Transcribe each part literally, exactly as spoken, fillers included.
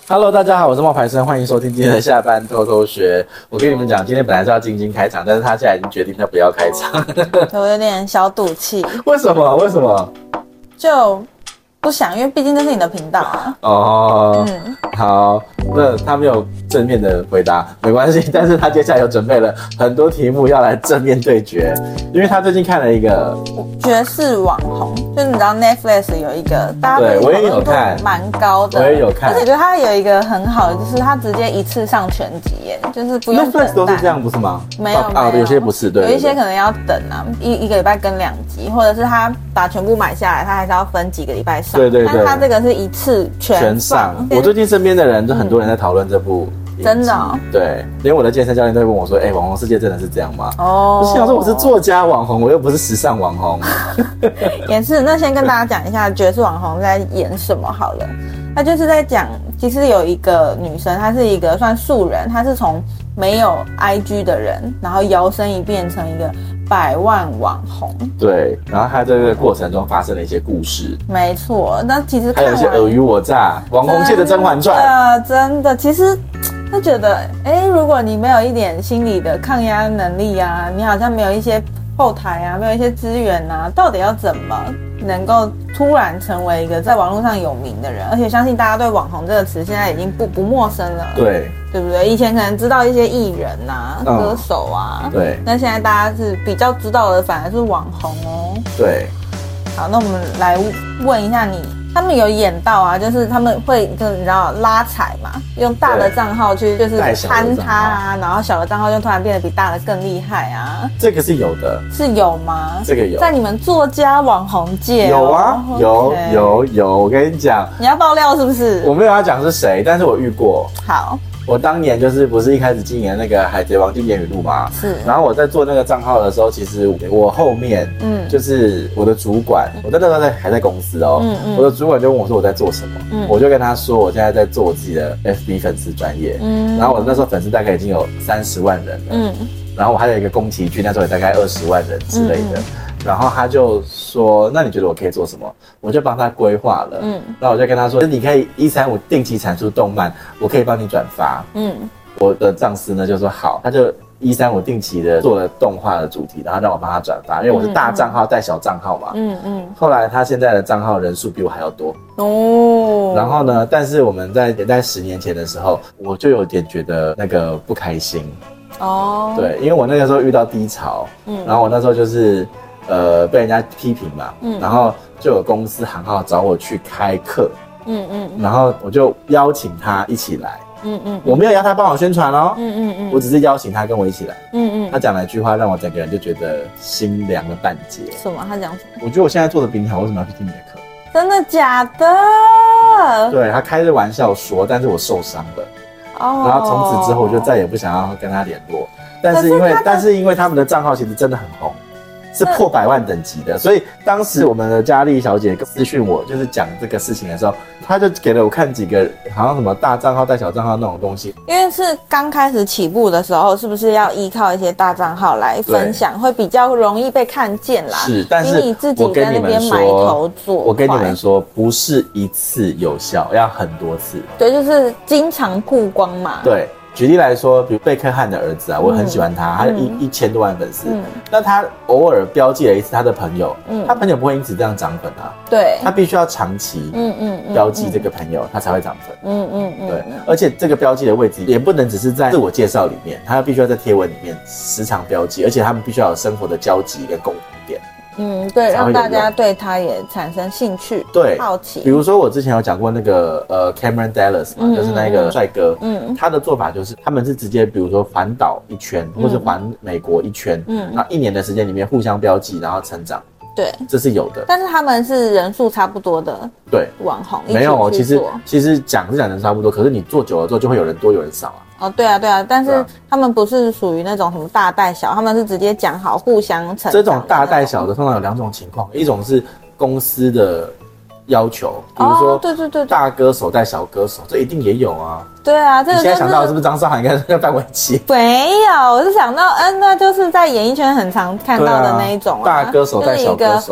Hello， 大家好，我是冒牌生，欢迎收听今天的下班偷偷学。我跟你们讲，今天本来是要晶晶开场，但是他现在已经决定他不要开场。 我有点小赌气。 为什么？为什么？ 就不想，因为毕竟这是你的频道啊。 哦，嗯，好，那他没有正面的回答，没关系，但是他接下来有准备了很多题目要来正面对决，因为他最近看了一个爵士网红，就是你知道 Netflix 有一个，大家对我也有看， 蛮高的， 我也有看， 而且觉得他有一个很好的，就是他直接一次上全集耶，就是不用等待。 Netflix 都是这样不是吗？ 没有啊，有些不是，对， 有一些可能要等啊，一一个礼拜更两集，或者是他把全部买下来，他还是要分几个礼拜上。 对对对， 但他这个是一次全全上。我最近身边的人就很多人在讨论这部。 真的哦， 对，连我的健身教练都会问我说：“哎、欸，网红世界真的是这样吗？” 哦， 我想说我是作家网红，我又不是时尚网红。 也是，那先跟大家讲一下爵士网红在演什么好了。他就是在讲，其实有一个女生，她是一个算素人，她是从没有 I G 的人，然后摇身一变成一个百万网红。 对，然后她这个过程中发生了一些故事。 没错，那其实还有一些尔虞我诈，网红界的甄嬛传。 呃，真的，其实。他觉得，哎，如果你没有一点心理的抗压能力啊，你好像没有一些后台啊，没有一些资源啊，到底要怎么能够突然成为一个在网络上有名的人？而且相信大家对网红这个词现在已经不不陌生了， 对， 对不对？以前可能知道一些艺人啊、嗯、歌手啊， 对， 但现在大家是比较知道的，反而是网红哦。 对， 好，那我们来问一下你。他们有演到啊，就是他们会就你知道拉踩嘛，用大的账号去就是攀他啊，然后小的账号就突然变得比大的更厉害啊。 这个是有的， 是有吗？ 这个有， 在你们作家网红界、哦、 有啊，有有有，我跟你讲， 你要爆料是不是？ 我没有要讲是谁，但是我遇过。 好。 我当年就是不是一开始经营那个海贼王经典语录嘛， 是。 然后我在做那个账号的时候，其实我后面，嗯，就是我的主管，嗯、我在那时候在还在公司哦，嗯嗯，我的主管就问我说我在做什么，嗯，我就跟他说我现在在做我自己的 F B 粉丝专页，嗯，然后我那时候粉丝大概已经有三十万人了，嗯，然后我还有一个宫崎骏，那时候也大概二十万人之类的。嗯嗯，然后他就说：“那你觉得我可以做什么？”我就帮他规划了。嗯，然后我就跟他说：“你可以一三五定期产出动漫，我可以帮你转发。”嗯，我的上司呢就说好，他就一三五定期的做了动画的主题，然后让我帮他转发，因为我是大账号带小账号嘛。嗯嗯。后来他现在的账号人数比我还要多哦。然后呢，但是我们在在十年前的时候，我就有点觉得那个不开心。哦。对，因为我那个时候遇到低潮，嗯，然后我那时候就是。呃，被人家批评嘛，嗯，然后就有公司行号找我去开课，嗯嗯，然后我就邀请他一起来，嗯嗯，我没有要他帮我宣传哦，嗯嗯嗯，我只是邀请他跟我一起来，嗯嗯，他讲了一句话，让我整个人就觉得心凉了半截。 什么？他讲什么？ 我觉得我现在做的比你好，为什么要去听你的课？ 真的假的？ 对，他开着玩笑说，但是我受伤了，哦，然后从此之后我就再也不想要跟他联络，但是因为但是因为他们的账号其实真的很红。是破百万等级的，所以当时我们的佳丽小姐私讯我，就是讲这个事情的时候，她就给了我看几个好像什么大账号带小账号那种东西。 因为是刚开始起步的时候，是不是要依靠一些大账号来分享，会比较容易被看见啦？ 是，但是你自己在那边埋头做， 我跟你们说，不是一次有效，要很多次。 对，就是经常曝光嘛。 对。举例来说，比如贝克汉的儿子啊，我很喜欢他，嗯、他有一一千多万粉丝。嗯，那他偶尔标记了一次他的朋友，嗯，他朋友不会因此这样涨粉啊。对，他必须要长期，嗯嗯，标记这个朋友，嗯、他才会涨粉。嗯嗯嗯，对，而且这个标记的位置也不能只是在自我介绍里面，他必须要在贴文里面时常标记，而且他们必须要有生活的交集跟共同点。嗯， 对，让大家对他也产生兴趣，对，好奇。 比如说我之前有讲过那个呃 Cameron Dallas 嘛，嗯、就是那个帅哥，嗯，他的做法就是他们是直接比如说环岛一圈，嗯、或是环美国一圈，嗯，那一年的时间里面互相标记，然后成长。对，这是有的， 但是他们是人数差不多的， 对， 网红没有哦。其实其实讲是讲人差不多，可是你做久了之后就会有人多有人少啊。 哦，对啊，对啊，但是他们不是属于那种什么大带小，他们是直接讲好互相成长。 这种大带小的通常有两种情况，一种是公司的要求，比如说，对对对，大歌手带小歌手，这一定也有啊。 对啊，这个、就是、 你现在想到的是不是张韶涵跟那个范玮琪？ 没有，我是想到，嗯，那就是在演艺圈很常看到的那一种、啊啊、大歌手带小歌手啊。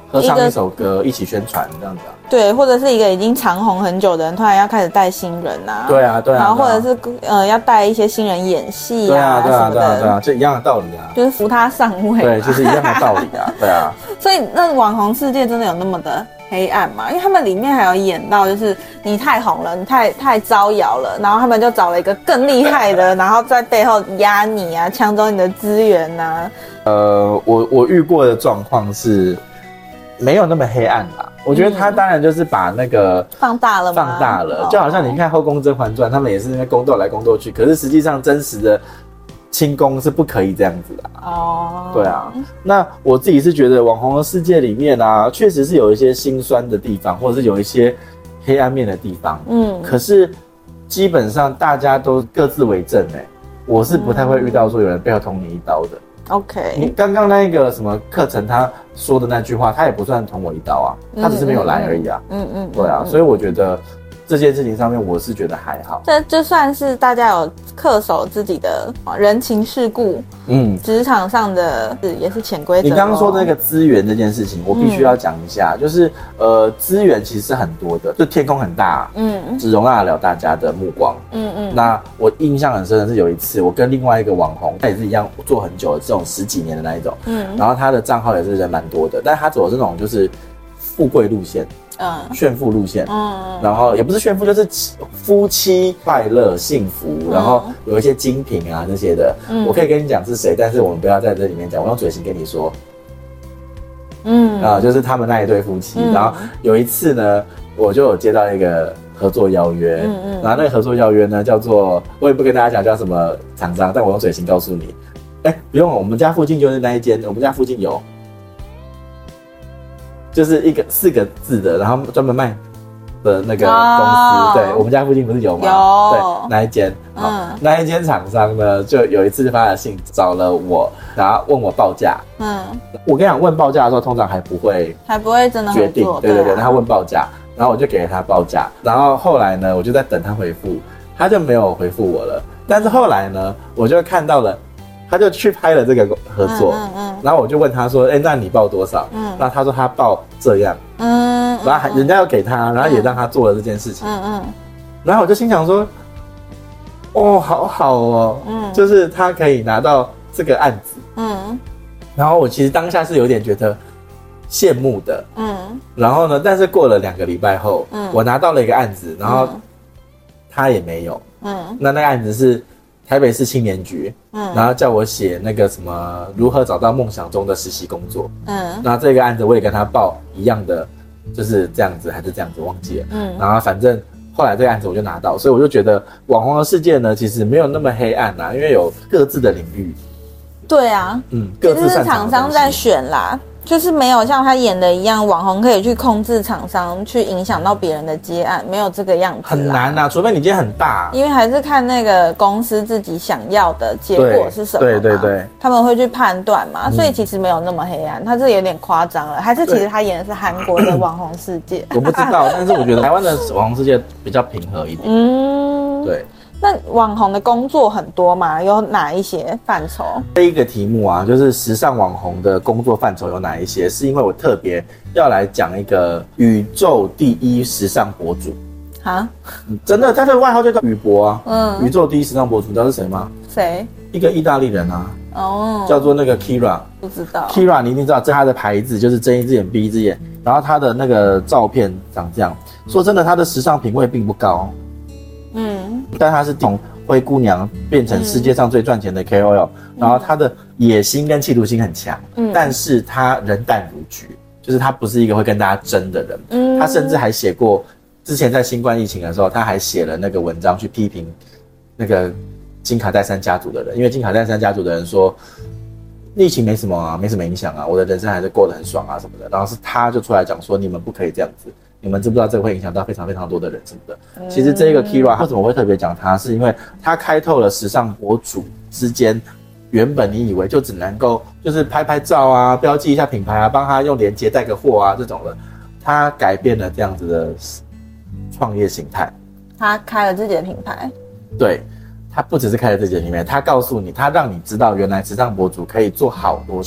合唱一首歌，一起宣传这样子啊。 对，或者是一个已经长红很久的人，突然要开始带新人啊。 对啊，对啊。 然后或者是呃要带一些新人演戏啊， 对啊，对啊，对啊，对啊， 就一样的道理啊。 就是扶他上位。 对，就是一样的道理啊。对啊。 所以那网红世界真的有那么的黑暗吗？因为他们里面还有演到，就是你太红了，你太太招摇了，然后他们就找了一个更厉害的，然后在背后压你啊，抢走你的资源啊。 呃，我我遇过的状况是没有那么黑暗啦。我觉得他当然就是把那个放大了吗？ 放大了，就好像你看《后宫甄嬛传》，他们也是那边宫斗来宫斗去，可是实际上真实的清宫是不可以这样子的哦。对啊，那我自己是觉得网红的世界里面啊，确实是有一些心酸的地方，或者是有一些黑暗面的地方。嗯，可是基本上大家都各自为政哎、欸，我是不太会遇到说有人背后捅你一刀的。 OK， 你刚刚那个什么课程他说的那句话，他也不算捅我一刀啊，他只是没有来而已啊。嗯 嗯, 嗯, 嗯，对啊，所以我觉得这件事情上面，我是觉得还好。 这就算是大家有恪守自己的人情世故，嗯，职场上的也是潜规则。 你刚刚说那个资源这件事情，我必须要讲一下，嗯、就是呃，资源其实是很多的，就天空很大，嗯，只容纳得了大家的目光，嗯嗯。那我印象很深的是有一次，我跟另外一个网红，他也是一样做很久的这种十几年的那一种，嗯，然后他的账号也是人蛮多的，但是他走的是那种就是富贵路线。嗯，炫富路线，嗯，然后也不是炫富，就是夫妻快乐幸福，嗯、然后有一些精品啊那些的，嗯，我可以跟你讲是谁，但是我们不要在这里面讲，我用嘴型跟你说，嗯，啊，就是他们那一对夫妻，嗯、然后有一次呢，我就有接到一个合作邀约，嗯嗯，然后那个合作邀约呢叫做，我也不跟大家讲叫什么厂商，但我用嘴型告诉你，哎，不用，我们家附近就是那一间，我们家附近有。就是一个四个字的，然后专门卖的那个公司，哦、对我们家附近不是有吗？ 有， 对那一间，嗯，那一间厂商呢，就有一次发了信找了我，然后问我报价，嗯，我跟你讲，问报价的时候通常还不会， 还不会真的决定，对对对，他问报价，然后我就给了他报价，然后后来呢，我就在等他回复，他就没有回复我了，但是后来呢，我就看到了。他就去拍了这个合作，嗯嗯嗯、然后我就问他说：“哎、欸，那你报多少？”嗯，然后他说他报这样，嗯，然后人家要给他，然后也让他做了这件事情，嗯嗯，然后我就心想说：“哦，好好哦，嗯，就是他可以拿到这个案子，嗯，然后我其实当下是有点觉得羡慕的，嗯，然后呢，但是过了两个礼拜后，嗯，我拿到了一个案子，然后他也没有，嗯，那那个案子是。”台北市青年局，嗯，然后叫我写那个什么如何找到梦想中的实习工作，嗯，那这个案子我也跟他报一样的，就是这样子还是这样子忘记了，嗯，然后反正后来这个案子我就拿到，所以我就觉得网红的世界呢其实没有那么黑暗啦，因为有各自的领域。 对啊，嗯，各自擅长的东西。其实是厂商在选啦。就是没有像他演的一样，网红可以去控制厂商，去影响到别人的接案，没有这个样子啦。 很难啊，除非你今天很大。 因为还是看那个公司自己想要的结果是什么嘛， 对对 对, 对， 他们会去判断嘛，所以其实没有那么黑暗，他这有点夸张了，还是其实他演的是韩国的网红世界？ 我不知道，但是我觉得台湾的网红世界比较平和一点。嗯，对。 那网红的工作很多嘛？有哪一些范畴？ 这一个题目啊，就是时尚网红的工作范畴有哪一些？是因为我特别要来讲一个宇宙第一时尚博主啊，真的，他的外号就叫宇博啊。嗯，宇宙第一时尚博主，你知道是谁吗？ 谁？ 一个意大利人啊。哦，叫做那个 Kira。 不知道。 Kira 你一定知道，这是他的牌子，就是睁一只眼闭一只眼。然后他的那个照片长这样。说真的，他的时尚品味并不高。嗯，但他是从灰姑娘变成世界上最赚钱的 K O L，、嗯、然后他的野心跟企图心很强，嗯，但是他人淡如菊，就是他不是一个会跟大家争的人，嗯，他甚至还写过，之前在新冠疫情的时候，他还写了那个文章去批评那个金卡戴珊家族的人，因为金卡戴珊家族的人说疫情没什么啊，没什么影响啊，我的人生还是过得很爽啊什么的，然后是他就出来讲说你们不可以这样子。你们知不知道这个会影响到非常非常多的人什么的？嗯、其实这个 Kira 为什么会特别讲他，是因为他开透了时尚博主之间，原本你以为就只能够就是拍拍照啊，标记一下品牌啊，帮他用连结带个货啊这种的，他改变了这样子的创业形态。 他开了自己的品牌。 对，他不只是开了自己的品牌，他告诉你，他让你知道原来时尚博主可以做好多事。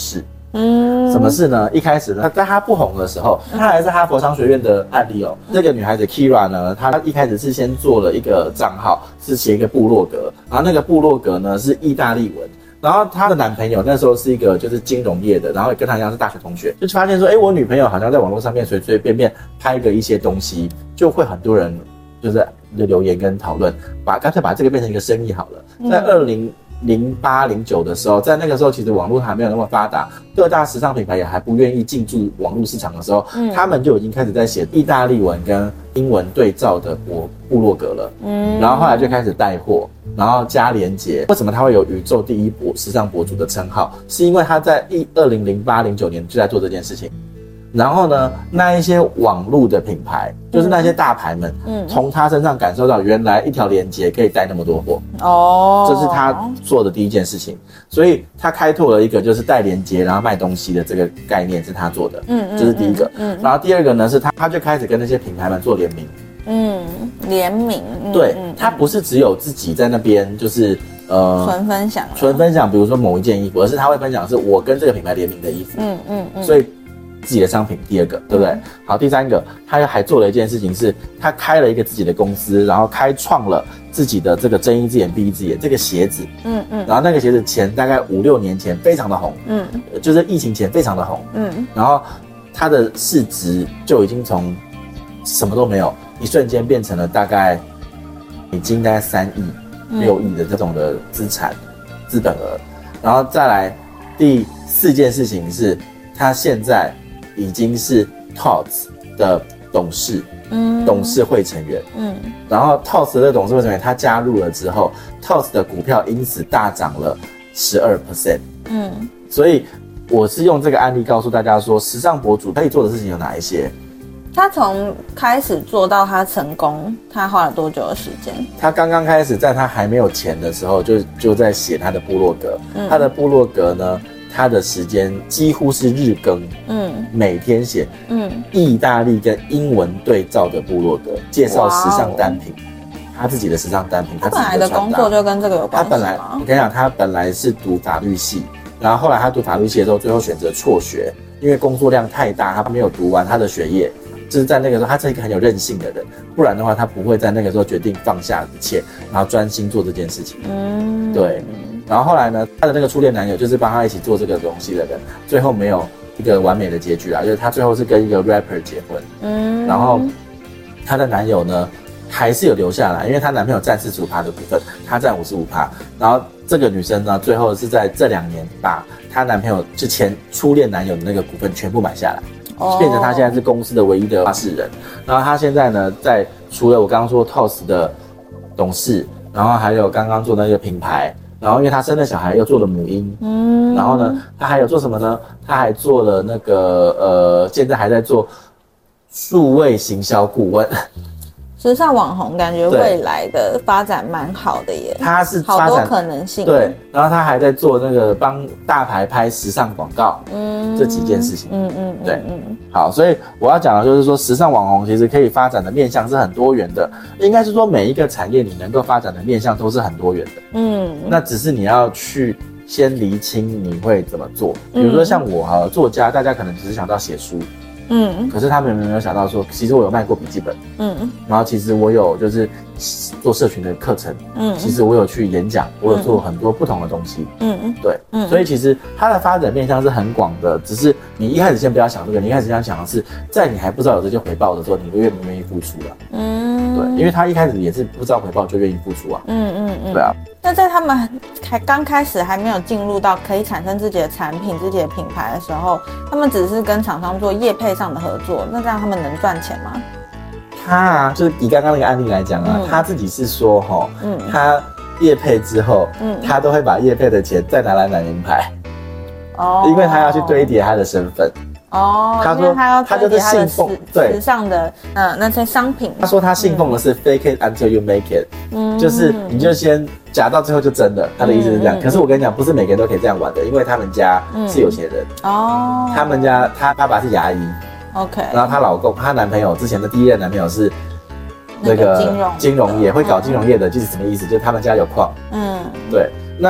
嗯，什么事呢？一开始呢，在她不红的时候，她还是哈佛商学院的案例哦。这个女孩子 Kira 呢，她一开始是先做了一个账号，是写一个部落格，然后那个部落格呢是意大利文。然后她的男朋友那时候是一个就是金融业的，然后跟她一样是大学同学，就发现说，哎，我女朋友好像在网络上面随随便便拍个一些东西，就会很多人就是留言跟讨论，把干脆把这个变成一个生意好了。在二零零八零九的时候，在那个时候其实网络还没有那么发达，各大时尚品牌也还不愿意进驻网络市场的时候，嗯、他们就已经开始在写意大利文跟英文对照的部部落格了。嗯，然后后来就开始带货，然后加连结。为什么他会有宇宙第一博时尚博主的称号？是因为他在二零零八零九年就在做这件事情。然后呢，那一些网络的品牌，就是那些大牌们，嗯，从他身上感受到原来一条连结可以带那么多货，哦，这是他做的第一件事情。所以他开拓了一个就是带连结然后卖东西的这个概念是他做的，嗯嗯，这是第一个。嗯，然后第二个呢是他他就开始跟那些品牌们做联名， 嗯，联名， 嗯、对，嗯、他不是只有自己在那边就是呃纯分享， 纯分享，比如说某一件衣服，而是他会分享是我跟这个品牌联名的衣服，嗯嗯嗯，所以。自己的商品，第二个，对不对？嗯、好，第三个，他还做了一件事情是，他开了一个自己的公司，然后开创了自己的这个睁一只眼闭一只眼这个鞋子，嗯嗯，然后那个鞋子前大概五六年前非常的红，嗯，就是疫情前非常的红，嗯，然后它的市值就已经从什么都没有，一瞬间变成了大概美金大概三亿、六亿的这种的资产、资本额，然后再来第四件事情是，他现在已经是 T O S 的董事，嗯，董事会成员，嗯，然后 T O S 的董事会成员他加入了之后 ，T O S 的股票因此大涨了 百分之十二，嗯，所以我是用这个案例告诉大家说，时尚博主可以做的事情有哪一些？ 他从开始做到他成功，他花了多久的时间？ 他刚刚开始，在他还没有钱的时候，就就在写他的部落格，嗯、他的部落格呢。他的时间几乎是日更，嗯，每天写，嗯，意大利跟英文对照的部落格，介绍时尚单品，他自己的时尚单品， 他本来的工作就跟这个有关系吗？ 他本来，我跟你讲，他本来是读法律系，然后后来他读法律系的时候，最后选择辍学，因为工作量太大，他没有读完他的学业。就是在那个时候，他是一个很有韧性的人，不然的话，他不会在那个时候决定放下一切，然后专心做这件事情。嗯，对。然后后来呢，他的那个初恋男友就是帮他一起做这个东西的人，最后没有一个完美的结局啦，就是他最后是跟一个 rapper 结婚。嗯，然后他的男友呢还是有留下来，因为他男朋友占四十五趴的股份，他占五十五趴。然后这个女生呢，最后是在这两年把她男朋友之前初恋男友的那个股份全部买下来。变成他现在是公司的唯一的话事人，然后他现在呢，在除了我刚刚说 T O S 的董事，然后还有刚刚做那个品牌，然后因为他生了小孩又做了母婴，嗯，然后呢，他还有做什么呢？他还做了那个呃，现在还在做数位行销顾问。 时尚网红感觉未来的发展蛮好的耶， 他是好多可能性。 对，然后他还在做那个帮大牌拍时尚广告，嗯，这几件事情，嗯嗯，对，嗯，好，所以我要讲的就是说，时尚网红其实可以发展的面向是很多元的，应该是说每一个产业你能够发展的面向都是很多元的，嗯，那只是你要去先厘清你会怎么做，比如说像我哈，作家，大家可能只是想到写书。嗯，可是他们有没有想到说，其实我有卖过笔记本，嗯，然后其实我有就是做社群的课程，嗯，其实我有去演讲，我有做很多不同的东西，嗯嗯，对，嗯，所以其实它的发展面向是很广的，只是你一开始先不要想这个，你一开始想想的是，在你还不知道有这些回报的时候，你愿不愿意付出了，嗯，对，因为他一开始也是不知道回报就愿意付出啊，嗯嗯嗯，对啊。 那在他们还刚开始还没有进入到可以产生自己的产品、自己的品牌的时候，他们只是跟厂商做业配上的合作，那这样他们能赚钱吗？ 他啊，就是以刚刚那个案例来讲啊，嗯、他自己是说哈，嗯，他业配之后，嗯，他都会把业配的钱再拿来买名牌，哦，因为他要去堆叠他的身份。 哦，他说他要他就是信奉对时尚的呃那些商品。 他说他信奉的是 fake it until you make it，嗯，就是你就先假到最后就真的。他的意思是这样，嗯、可是我跟你讲，不是每个人都可以这样玩的，因为他们家是有钱人哦，他们家他爸爸是牙医 ，OK， 然后她老公她男朋友之前的第一任男朋友是那个金融金融业会搞金融业的，就是什么意思？就是他们家有矿，嗯，对，那。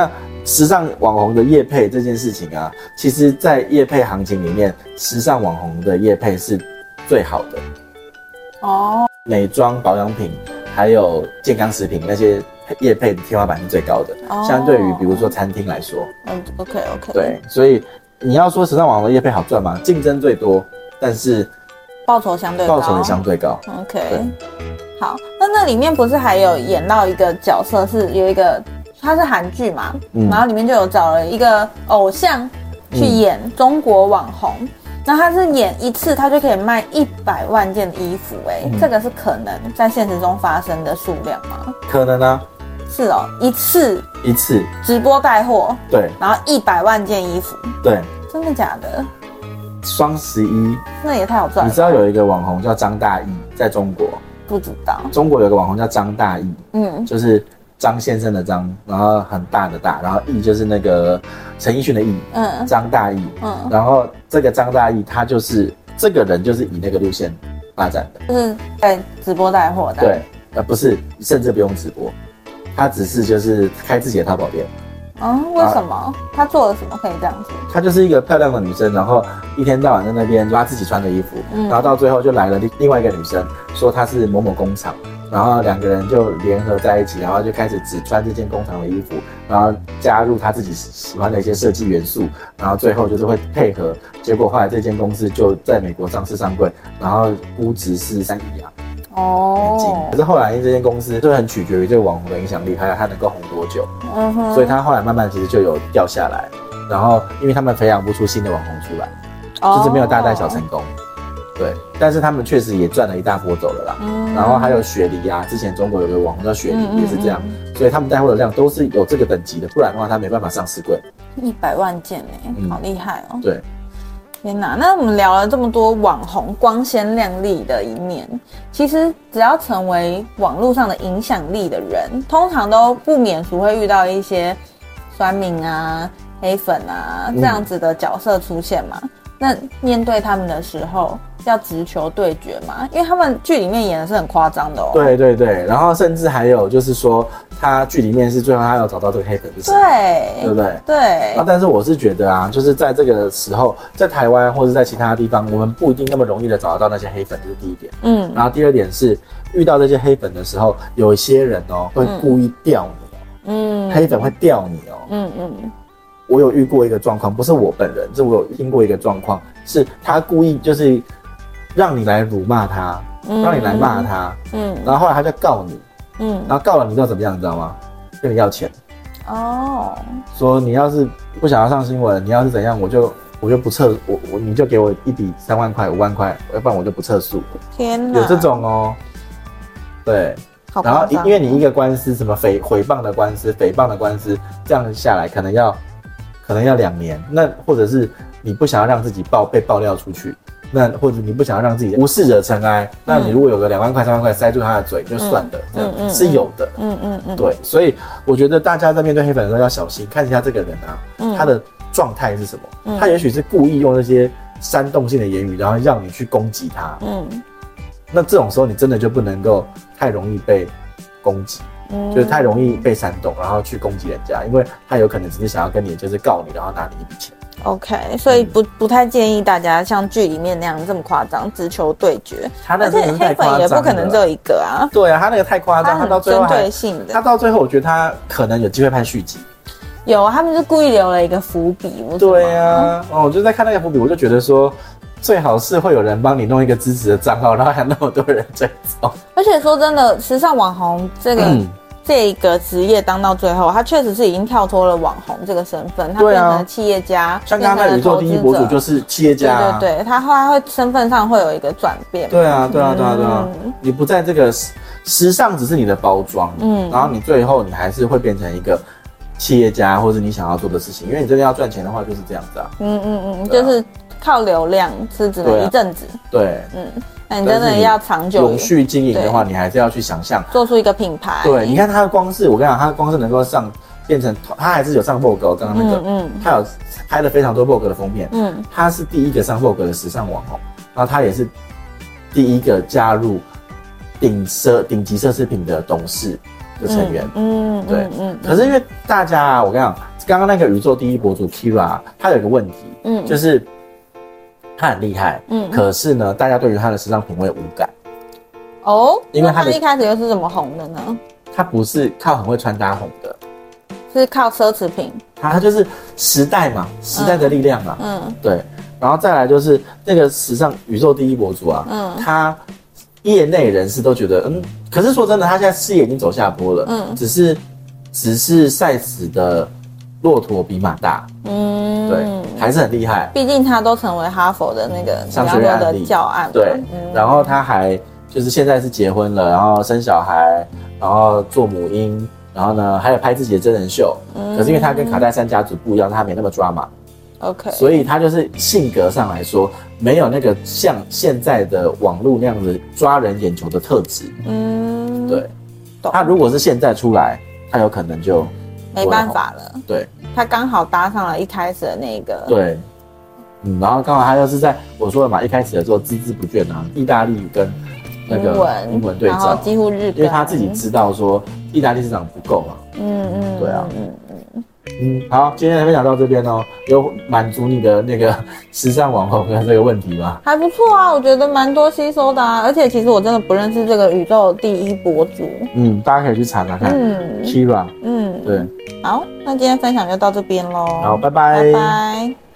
时尚网红的业配这件事情啊，其实在业配行情里面，时尚网红的业配是最好的。哦，美妆保养品还有健康食品那些业配的天花板是最高的，哦、相对于比如说餐厅来说。 嗯 ，OK OK。 对，所以你要说时尚网红的业配好赚吗？竞争最多，但是报酬相对高， 报酬也相对高。 OK。好，那那里面不是还有演到一个角色，是有一个他是韩剧嘛、嗯，然后里面就有找了一个偶像去演中国网红。嗯，那他是演一次，他就可以卖一百万件衣服、欸，哎、嗯，这个是可能在现实中发生的数量吗？ 可能啊。 是哦，一次一次直播带货， 对， 然后一百万件衣服， 对， 真的假的？ 双十一， 那也太好赚了。 你知道有一个网红叫张大奕，在中国？ 不知道。 中国有个网红叫张大奕， 嗯， 就是张先生的张，然后很大的大，然后奕就是那个陈奕迅的奕，嗯，张大奕，嗯，然后这个张大奕他就是这个人就是以那个路线发展的， 就是在直播带货的， 对，呃不是，甚至不用直播，他只是就是开自己的淘宝店。 哦，为什么？他做了什么可以这样子？ 她就是一个漂亮的女生，然后一天到晚在那边抓自己穿的衣服，嗯，然后到最后就来了另外一个女生，说她是某某工厂，然后两个人就联合在一起，然后就开始只穿这件工厂的衣服，然后加入她自己喜欢的一些设计元素，然后最后就是会配合，结果后来这间公司就在美国上市上柜，然后估值是三亿啊。哦，可是后来因为这间公司就很取决于这个网红的影响力，还有他能够红多久，嗯哼，所以他后来慢慢其实就有掉下来，然后因为他们培养不出新的网红出来，哦、就是没有大带小成功，对，但是他们确实也赚了一大波走了啦，嗯，然后还有雪梨啊，之前中国有个网红叫雪梨也是这样，嗯嗯嗯，所以他们带货的量都是有这个等级的，不然的话他没办法上市柜， 一百万件哎、欸嗯，好厉害哦， 对。 天哪，那我们聊了这么多网红光鲜亮丽的一面，其实只要成为网络上的影响力的人，通常都不免俗会遇到一些酸民啊、黑粉啊这样子的角色出现嘛。嗯、那面对他们的时候，要直球对决嘛？因为他们剧里面演的是很夸张的哦。 对对对，然后甚至还有就是说，他剧里面是最后他要找到这个黑粉是谁， 对， 对不对？ 对。 啊，但是我是觉得啊，就是在这个时候，在台湾或者在其他地方，我们不一定那么容易的找得到那些黑粉，这是第一点。嗯。然后第二点是，遇到这些黑粉的时候，有一些人哦会故意钓你哦，嗯，黑粉会钓你哦，嗯嗯。我有遇过一个状况，不是我本人，是我有听过一个状况，是他故意就是让你来辱骂他，嗯、让你来骂他，嗯，然后后来他就告你，嗯，然后告了你知道怎么样，你知道吗？跟你要钱，哦，说你要是不想要上新闻，你要是怎样，我就我就不撤，我我你就给我一笔三万块、五万块，要不然我就不撤诉。 天哪， 有这种哦，对。然后因为你一个官司，什么诽诽谤的官司、诽谤的官司，这样下来可能要可能要两年。那或者是你不想要让自己爆被爆料出去，那或者你不想要让自己无事惹尘埃，那你如果有个两万块、三万块塞住他的嘴就算了，这样、嗯嗯、是有的。嗯嗯嗯，对，所以我觉得大家在面对黑粉的时候要小心，看一下这个人啊，嗯、他的状态是什么。嗯、他也许是故意用那些煽动性的言语，然后让你去攻击他。嗯。那这种时候，你真的就不能够太容易被攻击，嗯、就是太容易被煽动，然后去攻击人家，因为他有可能只是想要跟你就是告你，然后拿你一笔钱。 OK， 所以不不太建议大家像剧里面那样这么夸张，直球对决。 他那个太夸张了， 黑粉也不可能只有一个啊。 对啊，他那个太夸张，他到最后针对性的。 他到最后，我觉得他可能有机会拍续集。 有，他们就故意留了一个伏笔。 对啊，哦，我就在看那个伏笔，我就觉得说。最好是会有人帮你弄一个支持的账号，然后还那么多人追踪。 而且说真的，时尚网红这个、嗯、这个职业当到最后，他确实是已经跳脱了网红这个身份，他变成了企业家。啊、 像刚刚那宇宙第一博主就是企业家、啊， 对对对，他后来会身份上会有一个转变。 对啊，对啊，对啊，对啊，嗯、你不在这个时尚只是你的包装，嗯，然后你最后你还是会变成一个企业家，或者你想要做的事情，因为你真的要赚钱的话就是这样子啊。嗯嗯嗯， 啊、就是。靠流量是只能一阵子， 对， 嗯，那你真的要长久永续经营的话，你还是要去想象做出一个品牌。 对，你看他的光是我跟你讲，他光是能够上变成，他还是有上 Vogue， 刚刚那个，嗯嗯，他有拍了非常多 Vogue 的封面，嗯，他是第一个上 Vogue 的时尚网红，然后他也是第一个加入顶奢顶级奢侈品的董事的成员，嗯，对，嗯，可是因为大家啊，我跟你讲。 刚刚那个宇宙第一博主 Kira， 他有一个问题，嗯，就是他很厉害，嗯，可是呢，大家对于他的时尚品味无感。 哦，因为他一开始又是怎么红的呢？ 他不是靠很会穿搭红的， 是靠奢侈品。 他他就是时代嘛，时代的力量嘛，嗯，嗯对。然后再来就是那个时尚宇宙第一博主啊，嗯，他业内人士都觉得，嗯，可是说真的，他现在事业已经走下坡了，嗯，只是只是赛死的骆驼比马大，嗯，对，还是很厉害。 毕竟他都成为哈佛的那个商学院的教案， 对，嗯、然后他还就是现在是结婚了，然后生小孩，然后做母婴，然后呢还有拍自己的真人秀，嗯，可是因为他跟卡戴珊家族不一样，他没那么drama。 OK， 所以他就是性格上来说，没有那个像现在的网络那样子抓人眼球的特质。嗯，对。他如果是现在出来，他有可能就没办法了。 对， 他刚好搭上了一开始的那个。 对，嗯，然后刚好他又是在我说的嘛，一开始的时候孜孜不倦啊，意大利跟那个英文英文对照， 然后几乎日， 因为他自己知道说意大利市场不够嘛。嗯嗯，对啊，嗯嗯。嗯，好，今天的分享到这边哦，有满足你的那个时尚网红的这个问题吗？ 还不错啊，我觉得蛮多吸收的啊，而且其实我真的不认识这个宇宙第一博主。 嗯，大家可以去查查看。嗯 ，Kira。嗯，对。 好，那今天分享就到这边咯。 好，拜拜。 拜拜。